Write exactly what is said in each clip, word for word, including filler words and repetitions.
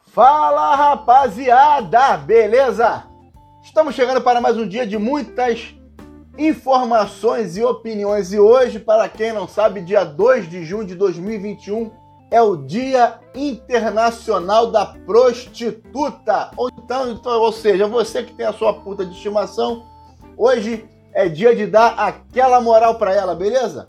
Fala, rapaziada, beleza? Estamos chegando para mais um dia de muitas informações e opiniões. E hoje, para quem não sabe, dia dois de junho de dois mil e vinte e um é o Dia Internacional da Prostituta. Ou então, então, ou seja, você que tem a sua puta de estimação, hoje é dia de dar aquela moral para ela, beleza?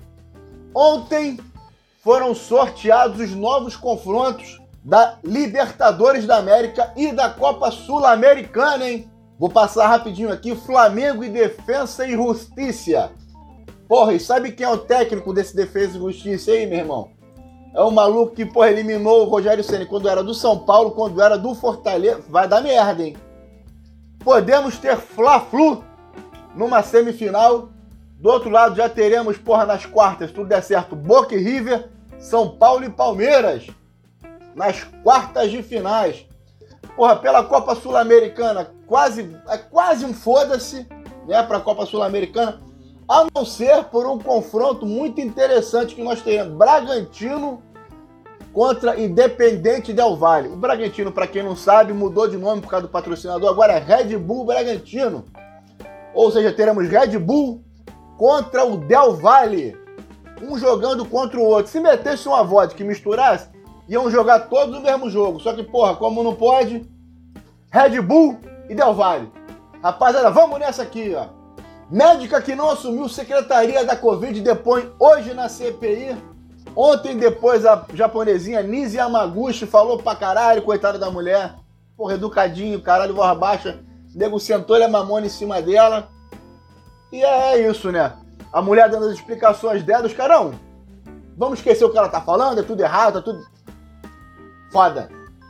Ontem foram sorteados os novos confrontos da Libertadores da América e da Copa Sul-Americana, hein? Vou passar rapidinho aqui. Flamengo e Defensa e Justiça. Porra, e sabe quem é o técnico desse Defensa e Justiça aí, meu irmão? É o maluco que, porra, eliminou o Rogério Ceni quando era do São Paulo, quando era do Fortaleza. Vai dar merda, hein? Podemos ter Fla-Flu numa semifinal. Do outro lado já teremos, porra, nas quartas, se tudo der certo, Boca e River, São Paulo e Palmeiras. Nas quartas de finais. Porra, pela Copa Sul-Americana, quase, é quase um foda-se, né, pra Copa Sul-Americana, a não ser por um confronto muito interessante que nós teremos. Bragantino contra Independente Del Valle. O Bragantino, pra quem não sabe, mudou de nome por causa do patrocinador, agora é Red Bull Bragantino. Ou seja, teremos Red Bull contra o Del Valle, um jogando contra o outro. Se metesse uma vodka e misturasse, iam jogar todos o mesmo jogo. Só que, porra, como não pode, Red Bull e Del Valle. Rapaziada, vamos nessa aqui, ó. Médica que não assumiu secretaria da Covid depõe hoje na C P I. Ontem, depois, a japonesinha Nise Yamaguchi falou pra caralho, coitada da mulher. Porra, educadinho, caralho, voz baixa. Nego sentou-lhe a mamona em cima dela. E é isso, né? A mulher dando as explicações dela, os carão. Vamos esquecer o que ela tá falando, é tudo errado, é tudo... Foda.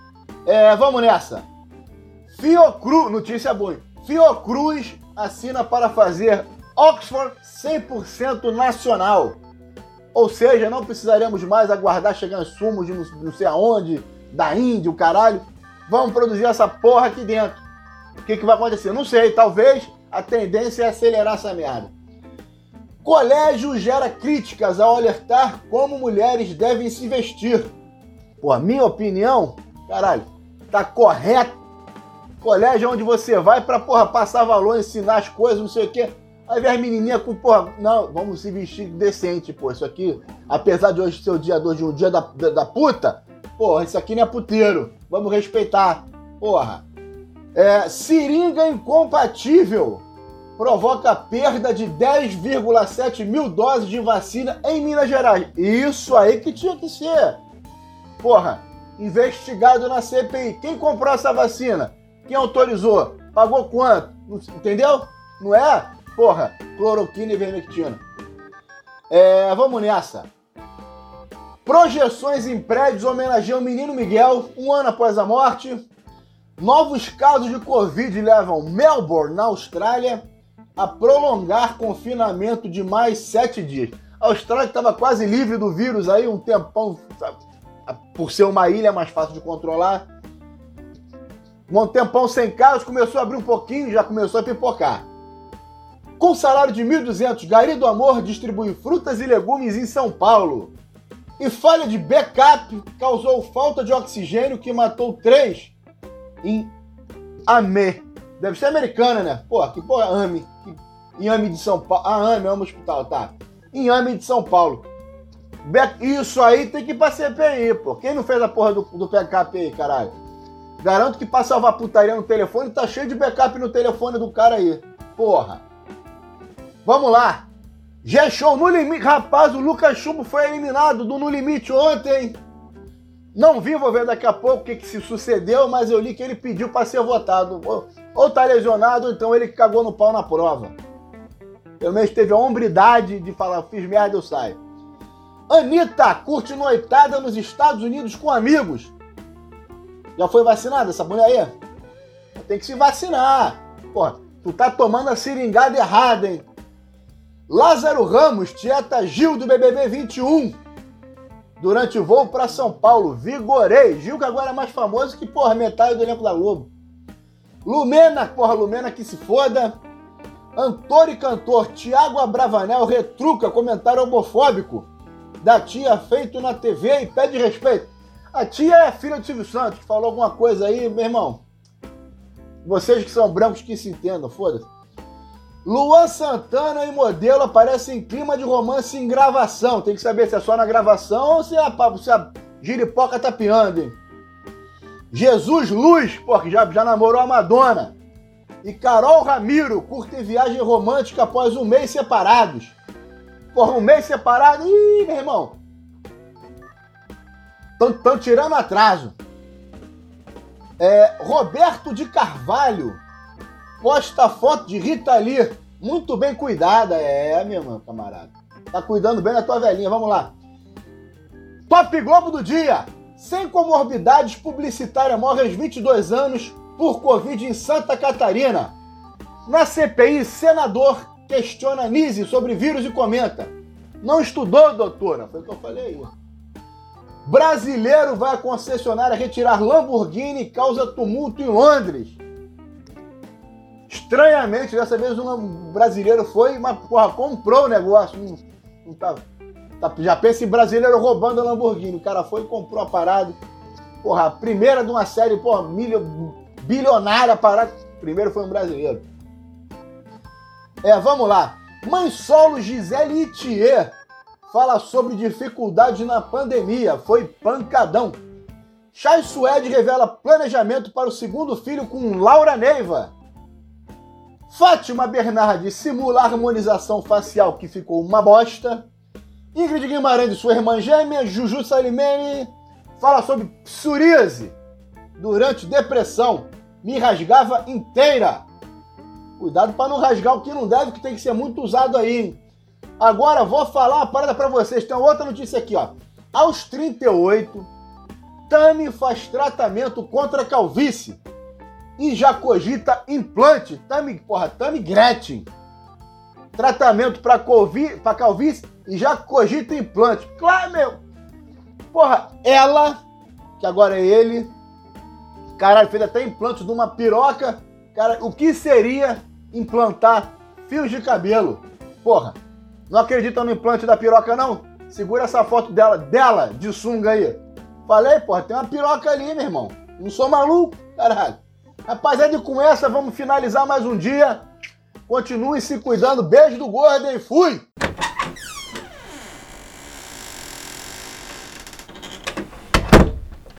É, vamos nessa. Fiocruz, notícia boa. Fiocruz assina para fazer Oxford cem por cento nacional. Ou seja, não precisaremos mais aguardar chegar insumos de não, não sei aonde, da Índia, o caralho. Vamos produzir essa porra aqui dentro. O que, que vai acontecer? Não sei, talvez a tendência é acelerar essa merda. Colégio gera críticas ao alertar como mulheres devem se vestir. Pô, minha opinião, caralho, tá correto. Colégio é onde você vai pra, porra, passar valor, ensinar as coisas, não sei o quê. Aí vem as menininhas com, porra, não, vamos se vestir decente, pô. Isso aqui, apesar de hoje ser o dia dois de um dia da, da, da puta, porra, isso aqui não é puteiro. Vamos respeitar, porra. É, seringa incompatível provoca perda de dez vírgula sete mil doses de vacina em Minas Gerais. Isso aí que tinha que ser. Porra, investigado na C P I. Quem comprou essa vacina? Quem autorizou? Pagou quanto? Entendeu? Não é? Porra, cloroquina e vermectina. É, vamos nessa. Projeções em prédios homenageiam o menino Miguel um ano após a morte. Novos casos de Covid levam Melbourne, na Austrália, a prolongar confinamento de mais sete dias. A Austrália estava quase livre do vírus aí, um tempão, sabe? Por ser uma ilha, é mais fácil de controlar. Um tempão sem casos, começou a abrir um pouquinho, já começou a pipocar. Com salário de mil e duzentos, Gari do Amor distribui frutas e legumes em São Paulo. E falha de backup causou falta de oxigênio que matou três em Amê. Deve ser americana, né? Pô, que porra, Ame. Inhame de São Paulo. Ah, Ame é um hospital, tá. Inhame de São Paulo. Isso aí tem que ir pra C P I, pô. Quem não fez a porra do, do backup aí, caralho? Garanto que pra salvar putaria no telefone, tá cheio de backup no telefone do cara aí. Porra. Vamos lá. G-Show no limite. Rapaz, o Lucas Chumbo foi eliminado do No Limite ontem. Não vi, vou ver daqui a pouco o que, que se sucedeu, mas eu li que ele pediu pra ser votado. Ou, ou tá lesionado, ou então ele cagou no pau na prova. Pelo menos teve a hombridade de falar, fiz merda, eu saio. Anitta curte noitada nos Estados Unidos com amigos. Já foi vacinada essa mulher aí? Tem que se vacinar. Porra, tu tá tomando a seringada errada, hein? Lázaro Ramos tieta Gil do B B B vinte e um. Durante o voo pra São Paulo. Vigorei. Gil que agora é mais famoso que, porra, metade do elenco da Globo. Lumena, porra, Lumena que se foda. Ator e cantor Thiago Abravanel retruca comentário homofóbico da tia feito na T V e pede respeito. A tia é filha do Silvio Santos, que falou alguma coisa aí, meu irmão. Vocês que são brancos que se entendam, foda-se. Luan Santana e modelo aparecem em clima de romance em gravação. Tem que saber se é só na gravação ou se a, se a giripoca tá piando, hein? Jesus Luz, pô, que já, já namorou a Madonna. E Carol Ramiro curtem viagem romântica após um mês separados. Porra, um mês separado? Ih, meu irmão. Estão tirando atraso. É, Roberto de Carvalho posta foto de Rita Lee. Muito bem cuidada. É, meu irmão, camarada. Tá cuidando bem da tua velhinha. Vamos lá. Top Globo do dia. Sem comorbidades, publicitária morre aos vinte e dois anos por Covid em Santa Catarina. Na C P I, senador questiona Nise sobre vírus e comenta: não estudou, doutora? Foi o que eu falei aí. Brasileiro vai à concessionária retirar Lamborghini e causa tumulto em Londres. Estranhamente, dessa vez um brasileiro foi, mas porra, comprou o negócio. Não, não tá, tá, já pensa em brasileiro roubando a Lamborghini. O cara foi e comprou a parada. Porra, a primeira de uma série, porra, milho, bilionária parada. Primeiro foi um brasileiro. É, vamos lá. Mãe solo Gisele Itier fala sobre dificuldades na pandemia. Foi pancadão. Chay Suede revela planejamento para o segundo filho com Laura Neiva. Fátima Bernardi simula harmonização facial que ficou uma bosta. Ingrid Guimarães e sua irmã gêmea, Juju Salimene, fala sobre psoríase. Durante depressão, me rasgava inteira. Cuidado para não rasgar o que não deve, que tem que ser muito usado aí, hein? Agora vou falar uma parada para vocês. Tem outra notícia aqui, ó. Aos trinta e oito, Tami faz tratamento contra a calvície e já cogita implante. Tami, porra, Tami Gretchen. Tratamento para para calvície e já cogita implante. Claro, meu. Porra, ela, que agora é ele, caralho, fez até implante de uma piroca. Cara, o que seria implantar fios de cabelo? Porra, não acreditam no implante da piroca, não? Segura essa foto dela, dela, de sunga aí. Falei, porra, tem uma piroca ali, meu irmão. Não sou maluco, caralho. Rapaziada, e com essa, vamos finalizar mais um dia. Continue se cuidando. Beijo do gordo e fui!